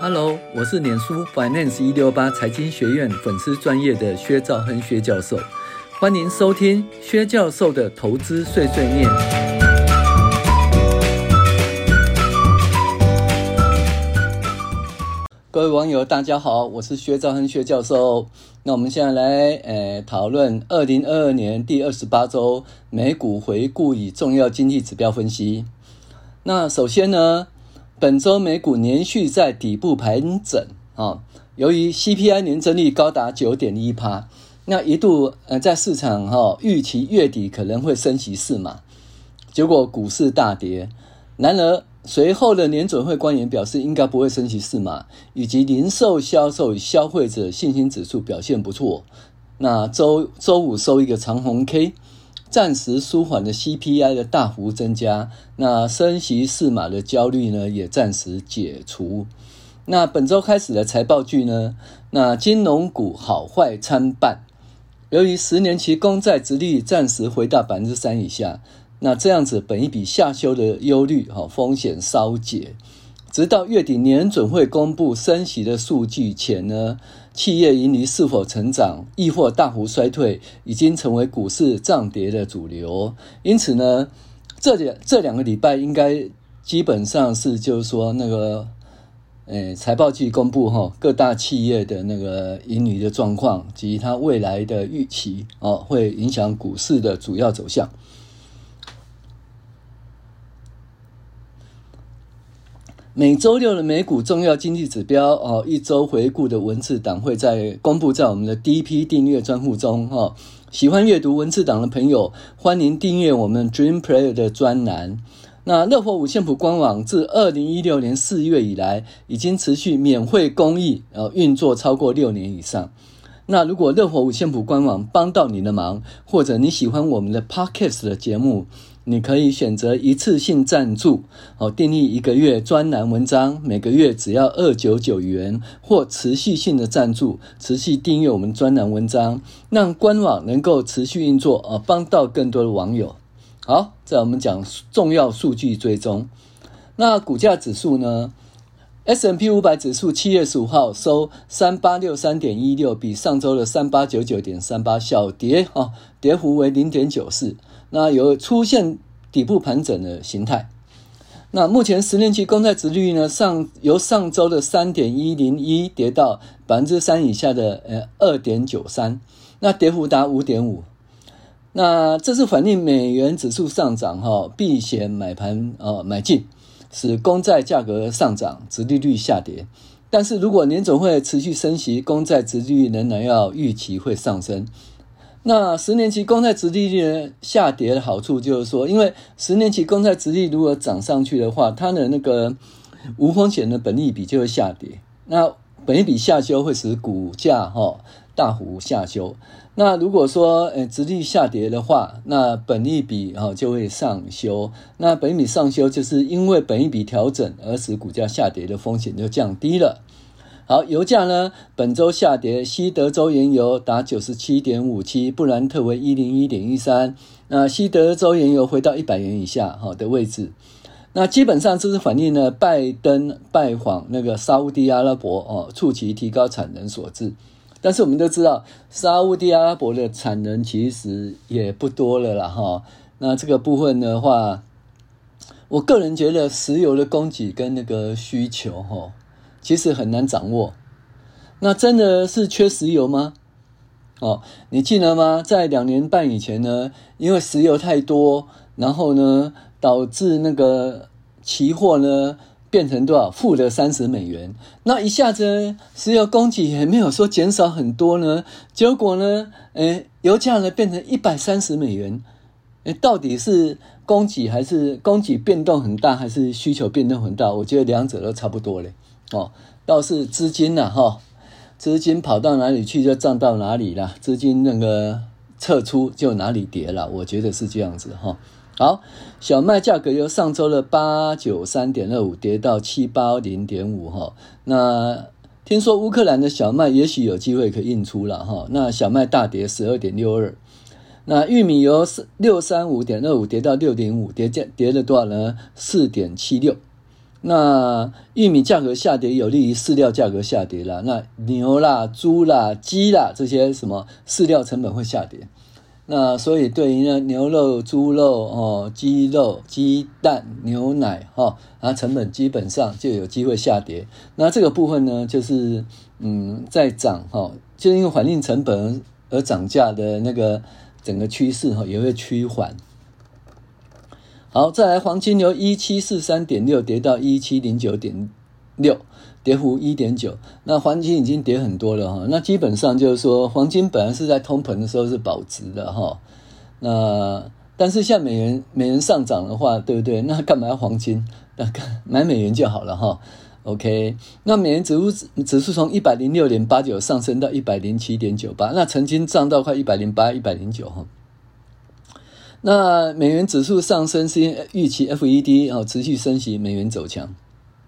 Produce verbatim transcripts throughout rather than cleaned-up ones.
Hello， 我是脸书 Finance 一六八财经学院粉丝专业的薛兆亨薛教授，欢迎收听薛教授的投资碎碎念。各位网友大家好，我是薛兆亨薛教授。那我们现在来呃讨论二零二二年第二十八周美股回顾与重要经济指标分析。那首先呢，本周美股连续在底部盘整啊，由于 C P I 年增率高达 百分之九点一， 那一度呃在市场哈、哦、预期月底可能会升息四码，结果股市大跌。然而随后的联准会官员表示应该不会升息四码，以及零售销售与消费者信心指数表现不错。那周周五收一个长红 K， 暂时舒缓了 C P I 的大幅增加，那升息四码的焦虑呢也暂时解除。那本周开始的财报季呢，那金融股好坏参半，由于十年期公债殖利率暂时回到 百分之三 以下，那这样子本益比下修的忧虑、哦、风险稍解，直到月底联准会公布升息的数据前呢，企业盈利是否成长亦或大幅衰退已经成为股市涨跌的主流。因此呢，这两这两个礼拜应该基本上是就是说那个诶财报季公布、哦、各大企业的那个盈利的状况及它未来的预期、哦、会影响股市的主要走向。每周六的美股重要经济指标、哦、一周回顾的文字档会在公布在我们的第一批订阅专户中、哦、喜欢阅读文字档的朋友欢迎订阅我们 Dream Player 的专栏。那乐活五线谱官网自二零一六年四月以来已经持续免费公益、呃、运作超过六年以上。那如果乐活五线谱官网帮到你的忙，或者你喜欢我们的 Podcast 的节目，你可以选择一次性赞助，哦，订阅一个月专栏文章，每个月只要二百九十九元，或持续性的赞助，持续订阅我们专栏文章，让官网能够持续运作，哦，帮到更多的网友。好，再我们讲重要数据追踪。那股价指数呢 ？S and P 五百 指数七月十五号收 三八六三点一六， 比上周的 三八九九点三八 小跌、哦、跌幅为 零点九四， 那有出现底部盘整的形态。那目前十年期公债殖利率呢，上由上周的 三点一零一 跌到 百分之三 以下的、呃、二点九三， 那跌幅达 五点五。那这是反映美元指数上涨、哦、避险买盘、哦、买进，使公债价格上涨，殖利率下跌。但是如果联准会持续升息，公债殖利率仍然要预期会上升。那十年期公债殖利率下跌的好处就是说，因为十年期公债殖利率如果涨上去的话，它的那个无风险的本益比就会下跌。那本益比下修会使股价、哦、大幅下修。那如果说呃殖利率下跌的话，那本益比、哦、就会上修。那本益比上修就是因为本益比调整而使股价下跌的风险就降低了。好，油价呢本周下跌，西德州原油达 九十七点五七， 布兰特为 一零一点一三， 那西德州原油回到一百元以下、哦、的位置。那基本上这是反映了拜登拜访那个沙烏地阿拉伯、哦、促其提高产能所致。但是我们都知道沙烏地阿拉伯的产能其实也不多了啦、哦、那这个部分的话，我个人觉得石油的供给跟那个需求、哦、其实很难掌握。那真的是缺石油吗？哦，你记得吗？在两年半以前呢，因为石油太多，然后呢导致那个期货呢变成多少？负的三十美元。那一下子石油供给也没有说减少很多呢，结果呢，诶，油价呢变成一百三十美元。诶，到底是供给还是供给变动很大，还是需求变动很大？我觉得两者都差不多嘞。哦，倒是资金啊，哈、哦，资金跑到哪里去就涨到哪里啦，资金那个撤出就哪里跌了，我觉得是这样子哈、哦。好，小麦价格由上周的 八百九十三点二五 跌到 七百八十点五 哈。那听说乌克兰的小麦也许有机会可以运出了哈。那小麦大跌 十二点六二。那玉米由 六百三十五点二五 跌到 六点五， 跌跌了多少呢？ 四点七六。 那玉米价格下跌有利于饲料价格下跌啦，那牛啦、猪啦、鸡啦这些什么饲料成本会下跌，那所以对于呢牛肉、猪肉、哦、鸡肉、鸡蛋、牛奶哈，它成本基本上就有机会下跌。那这个部分呢，就是嗯在涨哈，就因为环境成本而涨价的那个整个趋势哈也会趋缓。好，再来黄金由一七四三点六跌到一七零九点六，跌幅 一点九， 那黄金已经跌很多了哈。那基本上就是说黄金本来是在通膨的时候是保值的哈，那但是像美元美元上涨的话，对不对？那干嘛要黄金？那买美元就好了哈。OK， 那美元指数指数从 一百零六点八九 上升到 一百零七点九八， 那曾经涨到快一百零八 一百零九哈。那美元指数上升是因为预期 F E D 哦持续升息，美元走强。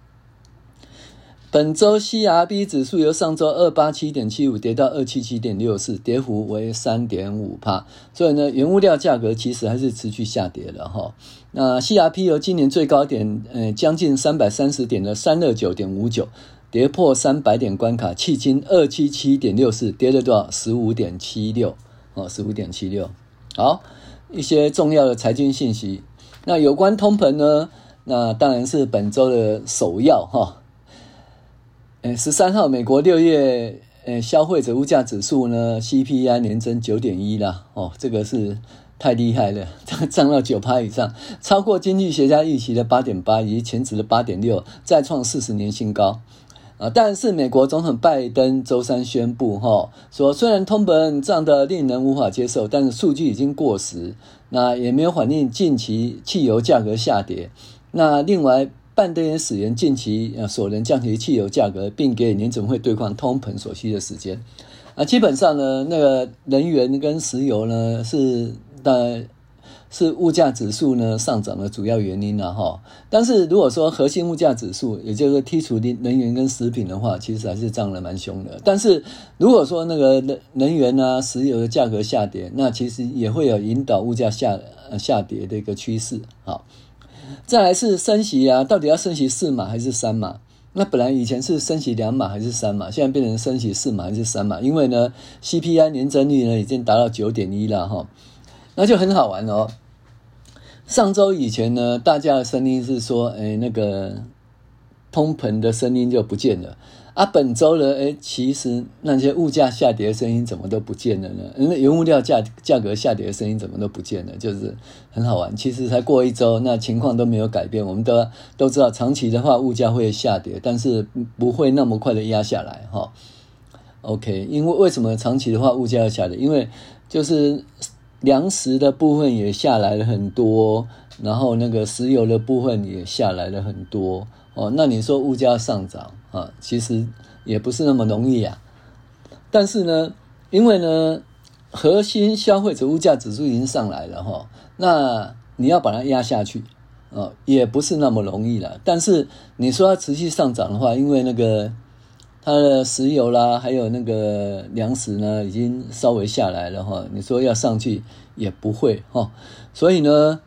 本周 C R B 指数由上周 二百八十七点七五 跌到 二百七十七点六四， 跌幅为 百分之三点五， 所以呢原物料价格其实还是持续下跌了齁。那 C R P 由今年最高点呃将近三百三十点的 三百二十九点五九， 跌破三百点关卡，迄今 二百七十七点六四， 跌了多少 十五点七六 哦 十五点七六。 好，一些重要的财经信息。那有关通膨呢，那当然是本周的首要哈。十三号美国六月呃消费者物价指数呢 C P I 年增 九点一 啦，哦，这个是太厉害了，涨到 百分之九 以上，超过经济学家预期的 八点八 以及前值的 八点六， 再创四十年新高。啊，但是美国总统拜登周三宣布齁，说虽然通膨涨得令人无法接受，但是数据已经过时，那也没有反映近期汽油价格下跌。那另外拜登也誓言近期所能降低汽油价格，并给联准会对抗通膨所需的时间。啊，基本上呢，那个能源跟石油呢是呃是物价指数呢上涨的主要原因啦哈。但是如果说核心物价指数，也就是剔除能源跟食品的话，其实还是涨得蛮凶的。但是如果说那个能源啊、石油的价格下跌，那其实也会有引导物价下下跌的一个趋势。好，再来是升息啊，到底要升息四码还是三码？那本来以前是升息两码还是三码，现在变成升息四码还是三码？因为呢 C P I 年增率呢已经达到 九点一 了哈。那就很好玩哦。上周以前呢，大家的声音是说，哎，那个通膨的声音就不见了啊。本周呢，哎，其实那些物价下跌的声音怎么都不见了呢？那原物料价价格下跌的声音怎么都不见了？就是很好玩。其实才过一周，那情况都没有改变。我们都都知道，长期的话物价会下跌，但是不会那么快的压下来哈。OK， 因为为什么长期的话物价要下跌？因为就是粮食的部分也下来了很多，然后那个石油的部分也下来了很多哦。那你说物价上涨啊，其实也不是那么容易啊。但是呢，因为呢，核心消费者物价指数已经上来了哈、哦，那你要把它压下去啊，也不是那么容易了。但是你说要持续上涨的话，因为那个它的石油啦，还有那个粮食呢，已经稍微下来了哈。你说要上去也不会哈。所以呢，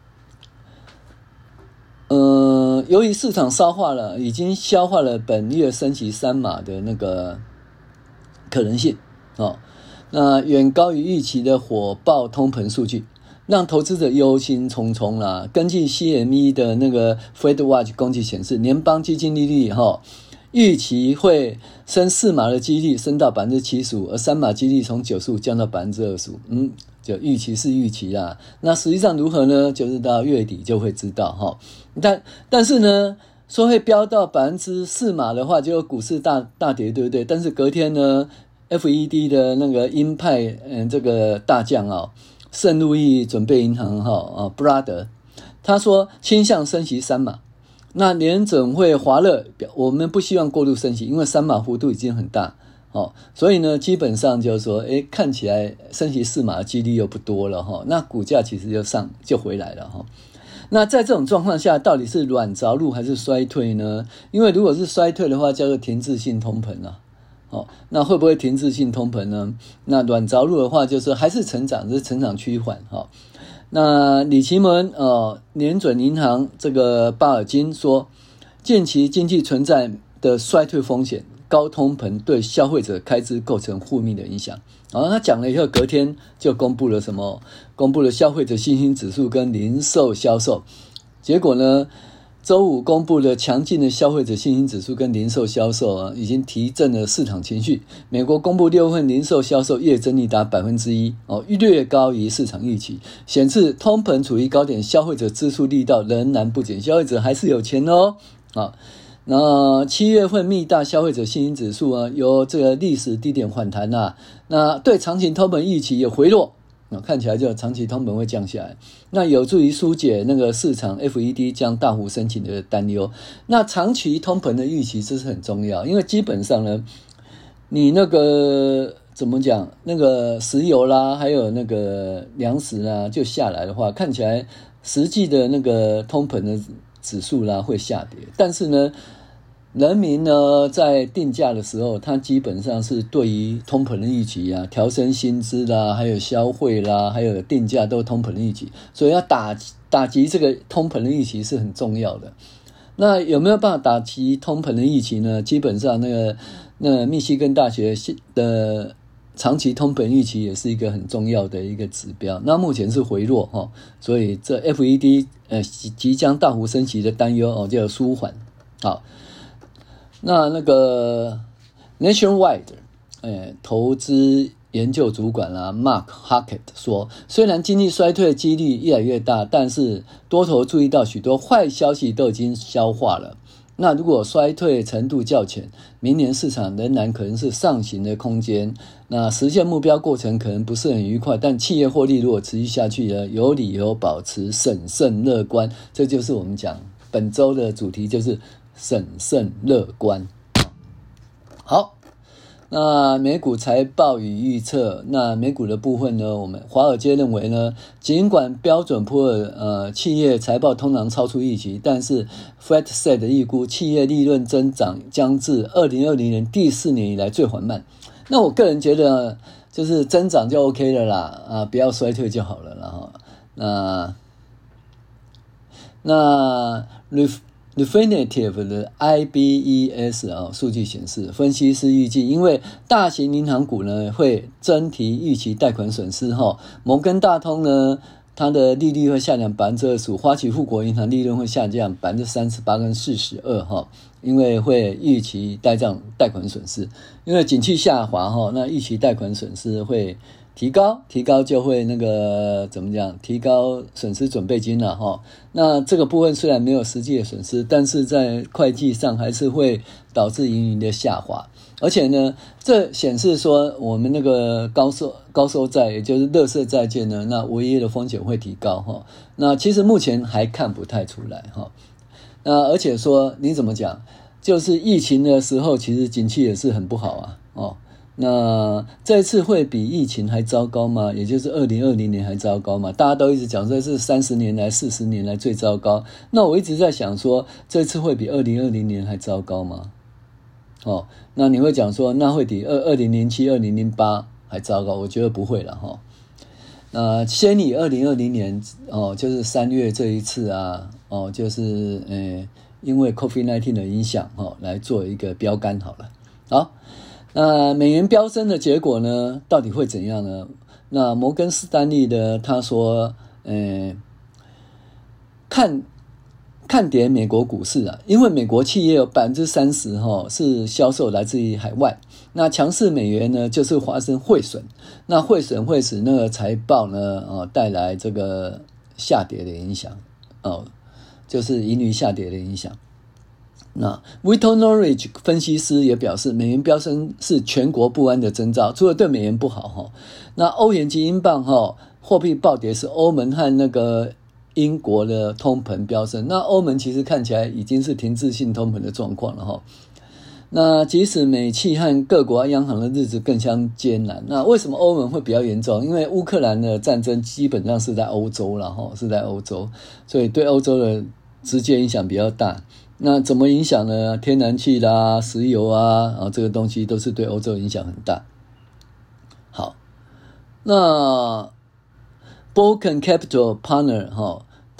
呃，由于市场消化了，已经消化了本月升息三码的那个可能性哦，那远高于预期的火爆通膨数据，让投资者忧心忡忡啦。根据 C M E 的那个 Fed Watch 公告显示，联邦基金利率哈。预期会升四码的几率升到 百分之七十五， 而三码几率从九十五降到 百分之二十五。 嗯，就预期是预期啦。那实际上如何呢？就是到月底就会知道齁。但但是呢，说会飙到 百分之四码的话，就股市大大跌，对不对？但是隔天呢 F E D 的那个鹰派嗯这个大将啊、哦，圣路易准备银行哈啊布拉德，他说倾向升息三码。那联准会滑热，我们不希望过度升息，因为三码幅度已经很大，哦，所以呢，基本上就是说，诶，看起来升息四码的几率又不多了哈、哦，那股价其实就上就回来了哈、哦。那在这种状况下，到底是软着陆还是衰退呢？因为如果是衰退的话，叫做停滞性通膨啊，哦，那会不会停滞性通膨呢？那软着陆的话，就是还是成长，是成长趋缓哈。哦那李奇门呃，联准银行这个巴尔金说， 近期经济存在的衰退风险，高通膨对消费者开支构成负面的影响。然后他讲了以后，隔天就公布了什么？公布了消费者信心指数跟零售销售。结果呢，周五公布了强劲的消费者信心指数跟零售销售啊，已经提振了市场情绪。美国公布六月份零售销售月增率达百分之一，哦，略高于市场预期，显示通膨处于高点，消费者支出力道仍然不减，消费者还是有钱哦。啊，那七月份密大消费者信心指数啊，由这个历史低点反弹啊，那对长期通膨预期也回落。看起来就长期通膨会降下来，那有助于疏解那个市场 F E D 将大幅升息的担忧。那长期通膨的预期这是很重要，因为基本上呢，你那个怎么讲，那个石油啦，还有那个粮食啦，就下来的话，看起来实际的那个通膨的指数啦会下跌，但是呢，人民呢在定价的时候，它基本上是对于通膨的预期啊，调升薪资啦，还有消费啦，还有定价都通膨的预期，所以要打打击这个通膨的预期是很重要的。那有没有办法打击通膨的预期呢？基本上那个那密西根大学的长期通膨预期也是一个很重要的一个指标。那目前是回落哈，所以这 F E D 呃即将大幅升息的担忧哦就有舒缓。好。那那个 Nationwide 呃投资研究主管啦、啊、Mark Hackett 说，虽然经济衰退几率越来越大，但是多头注意到许多坏消息都已经消化了。那如果衰退程度较浅，明年市场仍然可能是上行的空间。那实现目标过程可能不是很愉快，但企业获利如果持续下去呢，有理由保持审慎乐观。这就是我们讲本周的主题，就是审慎乐观。好，那美股财报与预测。那美股的部分呢，我们华尔街认为呢，尽管标准普尔呃企业财报通常超出预期，但是 FactSet 预估企业利润增长将至二零二零年第四年以来最缓慢。那我个人觉得就是增长就 OK 了啦，啊，不要衰退就好了啦哈。那那 Refinitiv 的 I B E S 啊数据显示，分析师预计，因为大型银行股呢会增提预期贷款损失哈，摩根大通呢它的利率会下降百分之二十五，花旗富国银行利润会下降百分之三十八跟四十二哈，因为会预期贷账贷款损失，因为景气下滑哈，那预期贷款损失会提高，提高就会那个怎么讲？提高损失准备金了哈。那这个部分虽然没有实际的损失，但是在会计上还是会导致盈余的下滑。而且呢，这显示说我们那个高收高收债，也就是垃圾债券呢，那违约的风险会提高哈。那其实目前还看不太出来哈。那而且说你怎么讲？就是疫情的时候，其实景气也是很不好啊哦。那这次会比疫情还糟糕吗？也就是二零二零年还糟糕吗？大家都一直讲说是三十年来、四十年来最糟糕。那我一直在想说，这次会比二零二零年还糟糕吗？哦，那你会讲说，那会比二零零七、二零零八还糟糕？我觉得不会了哈。那先以二零二零年哦，就是三月这一次啊，哦，就是呃，因为 COVID 十九 的影响哦，来做一个标杆好了。好。那美元飙升的结果呢，到底会怎样呢？那摩根士丹利的他说，呃，看看跌美国股市啊，因为美国企业有百分之三十哈是销售来自于海外，那强势美元呢就是发生汇损，那汇损会使那个财报呢哦带来这个下跌的影响哦，就是盈余下跌的影响。那 Vito Norwich 分析师也表示，美元飙升是全国不安的征兆，除了对美元不好哈，那欧元及英镑哈货币暴跌是欧盟和那个英国的通膨飙升，那欧盟其实看起来已经是停滞性通膨的状况了哈。那即使美企和各国央行的日子更相艰难，那为什么欧盟会比较严重？因为乌克兰的战争基本上是在欧洲了哈，是在欧洲，所以对欧洲的直接影响比较大。那怎么影响呢？天然气啦、石油啊，啊，这个东西都是对欧洲影响很大。好，那 Broken Capital Partner 哈，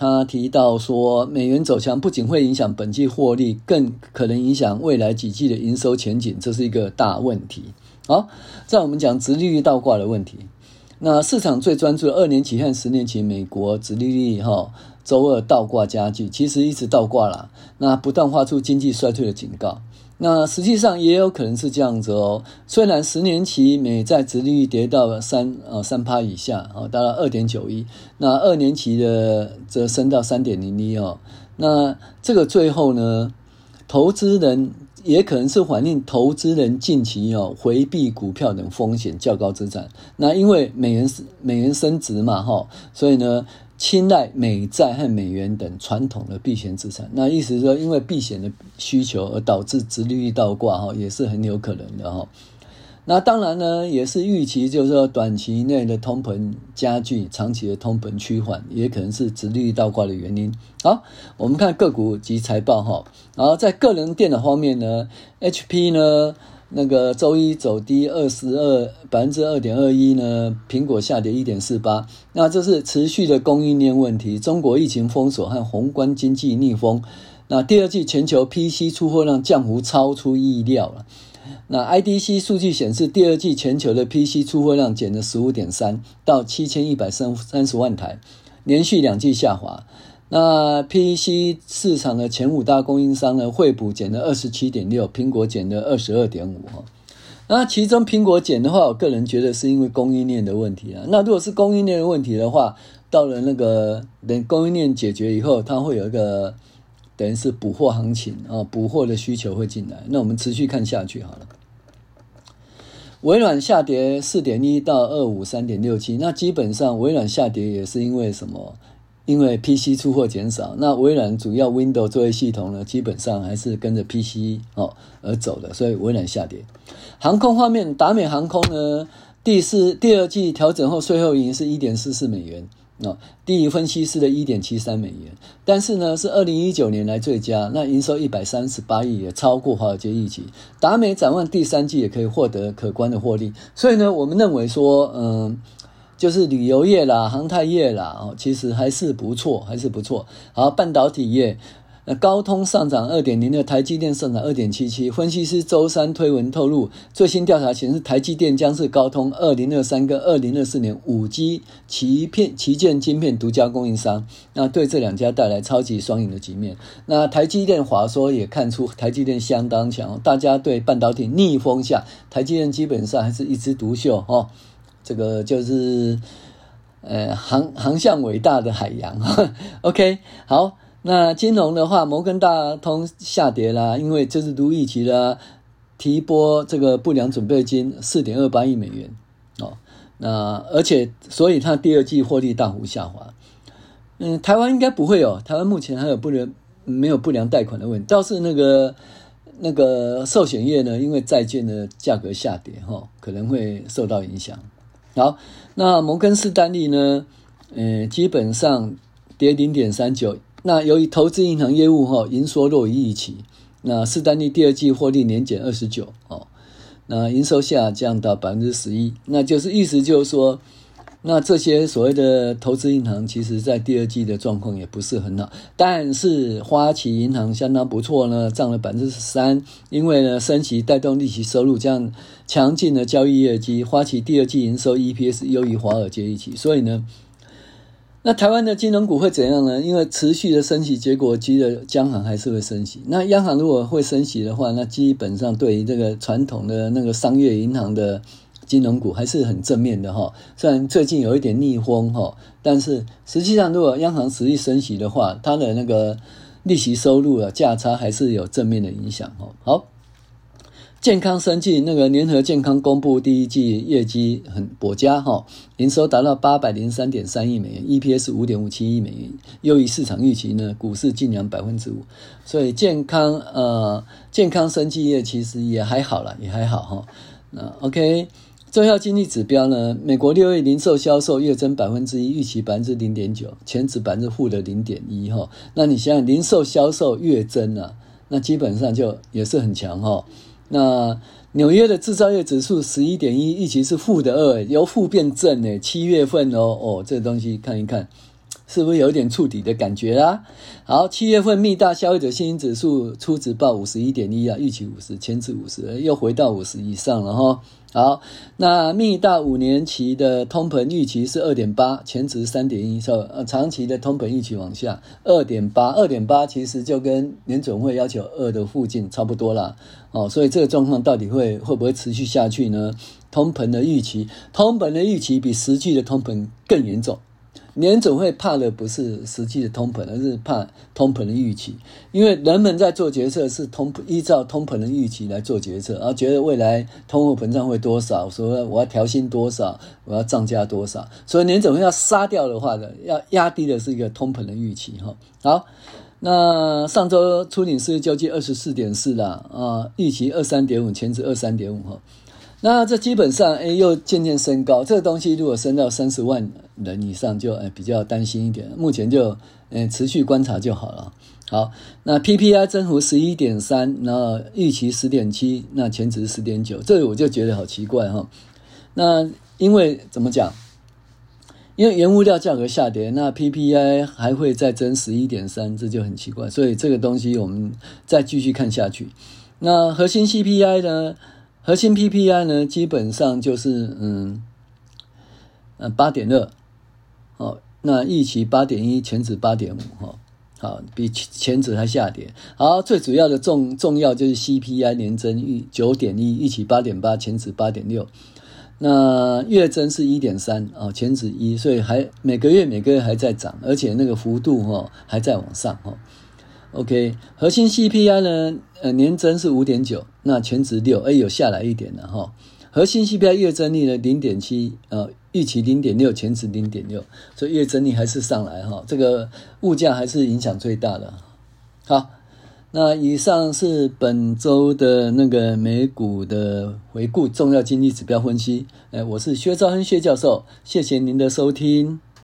他提到说，美元走强不仅会影响本季获利，更可能影响未来几季的营收前景，这是一个大问题。好，再我们讲殖利率倒挂的问题。那市场最专注的二年期和十年期美国殖利率哈，周二倒挂加剧，其实一直倒挂啦，那不断发出经济衰退的警告。那实际上也有可能是这样子哦。虽然十年期美债殖利率跌到三呃三趴以下哦，达到二点九一，那二年期的则升到三点零一哦。那这个最后呢，投资人也可能是反映投资人近期哦回避股票等风险较高资产。那因为美元美元升值嘛哈，所以呢，青睐美债和美元等传统的避险资产。那意思是说，因为避险的需求而导致殖利率倒挂哈，也是很有可能的哈。那当然呢，也是预期就是说短期内的通膨加剧，长期的通膨趋缓，也可能是殖利率倒挂的原因。好，我们看个股及财报哈。然后在个人电脑方面呢 ，H P 呢那个周一走低二十二百分之二点二一呢，苹果下跌一点四八。那这是持续的供应链问题，中国疫情封锁和宏观经济逆风。那第二季全球 P C 出货量降幅超出意料了。那 I D C 数据显示，第二季全球的 P C 出货量减了 十五点三 到七千一百三十万台，连续两季下滑。那 P C 市场的前五大供应商呢，惠普减了 二十七点六， 苹果减了 二十二点五。 那其中苹果减的话，我个人觉得是因为供应链的问题啊。那如果是供应链的问题的话，到了那个等供应链解决以后，它会有一个等于是补货行情啊，补货的需求会进来。那我们持续看下去好了。微软下跌 四点一 到二五三点六七， 那基本上微软下跌也是因为什么？因为 P C 出货减少，那微软主要 Windows 作业系统呢，基本上还是跟着 P C 哦而走的，所以微软下跌。航空方面，达美航空呢，第四第二季调整后税后盈余是 一点四四美元。哦，低于分析师的 一点七三美元，但是呢是二零一九年来最佳，那营收一百三十八亿，也超过华尔街预期。达美展望第三季也可以获得可观的获利，所以呢我们认为说嗯就是旅游业啦、航太业啦哦，其实还是不错，还是不错。好，半导体业高通上涨 二点零六， 台积电上涨 二点七七。 分析师周三推文透露，最新调查显示台积电将是高通二零二三跟二零二四年 五 G 旗片旗舰晶片独家供应商，那对这两家带来超级双赢的局面。那台积电华说也看出台积电相当强，大家对半导体逆风下，台积电基本上还是一枝独秀哦，这个就是呃航航向伟大的海洋OK 好，那金融的话，摩根大通下跌啦，因为这是如预期啦，提拨这个不良准备金 四点二八亿美元哦，那而且所以它第二季获利大幅下滑。嗯，台湾应该不会有，台湾目前还有不良没有不良贷款的问题，倒是那个那个寿险业呢，因为债券的价格下跌哈、哦，可能会受到影响。好，那摩根士丹利呢，呃，基本上跌 零点三九。那由于投资银行业务哈营收弱于预期，那士丹利第二季获利年减二十九哦，那营收下降到 百分之十一， 那就是意思就是说，那这些所谓的投资银行其实在第二季的状况也不是很好，但是花旗银行相当不错呢，涨了 百分之十三， 因为呢升息带动利息收入，这样强劲的交易业绩，花旗第二季营收 E P S 优于华尔街预期，所以呢那台湾的金融股会怎样呢？因为持续的升息，结果基的央行还是会升息。那央行如果会升息的话，那基本上对于这个传统的那个商业银行的金融股还是很正面的哈。虽然最近有一点逆风哈，但是实际上如果央行持续升息的话，它的那个利息收入啊价差还是有正面的影响哈。好。健康生技那个联合健康公布第一季业绩很颇佳哈，营收达到 八百零三点三亿美元 ，E P S 五点五七亿美元，优于市场预期呢，股市晋扬 百分之五， 所以健康呃健康生技业其实也还好啦，也还好哈。那 OK， 重要经济指标呢，美国六月零售销售月增 百分之一， 预期 百分之零点九， 前值百分之负的 零点一 哈。那你想想零售销售月增啊，那基本上就也是很强哈。那纽约的制造业指数 十一点一， 预期是负的二，由负变正诶，七月份哦哦，这个东西看一看， 是不是有点触底的感觉啦？好，七月份密大消费者信心指数初值报 五十一点一 啊，预期五十，前值五十，又回到五十以上了齁。好，那密大五年期的通膨预期是 二点八， 前值 三点一， 呃，长期的通膨预期往下 二点八， 二点八 其实就跟联准会要求二的附近差不多啦。哦，所以这个状况到底会会不会持续下去呢？通膨的预期，通膨的预期比实际的通膨更严重。联准会怕的不是实际的通膨，而是怕通膨的预期，因为人们在做决策是通依照通膨的预期来做决策，然后觉得未来通货膨胀会多少，所以我要调薪多少，我要涨价多少，所以联准会要杀掉的话呢，要压低的是一个通膨的预期哈。好，那上周初领失业救济 二十四点四 啦，啊，预期 二十三点五， 前值 二十三点五 哈。那这基本上，哎，又渐渐升高。这个东西如果升到三十万人以上就，就哎比较担心一点。目前就，哎，持续观察就好了。好，那 P P I 增幅 十一点三， 然后预期 十点七， 那前值 十点九， 这个我就觉得好奇怪哈。那因为怎么讲？因为原物料价格下跌，那 P P I 还会再增 十一点三， 这就很奇怪。所以这个东西我们再继续看下去。那核心 C P I 呢？核心 P P I 呢，基本上就是嗯，呃 八点二， 哦，那预期 八点一， 前值 八点五， 哈，好，比前值还下跌。好，最主要的重重要就是 C P I 年增预 九点一， 预期 八点八， 前值 八点六， 那月增是 一点三， 哦，前值一，所以还每个月每个月还在涨，而且那个幅度哈、哦、还在往上哈。OK， 核心 C P I 呢，呃，年增是 五点九， 那前值六，哎，有下来一点了哈。核心 C P I 月增率呢 零点七， 呃，预期 零点六， 前值 零点六， 所以月增率还是上来哈。这个物价还是影响最大的。好，那以上是本周的那个美股的回顾，重要经济指标分析。哎，我是薛兆亨薛教授，谢谢您的收听。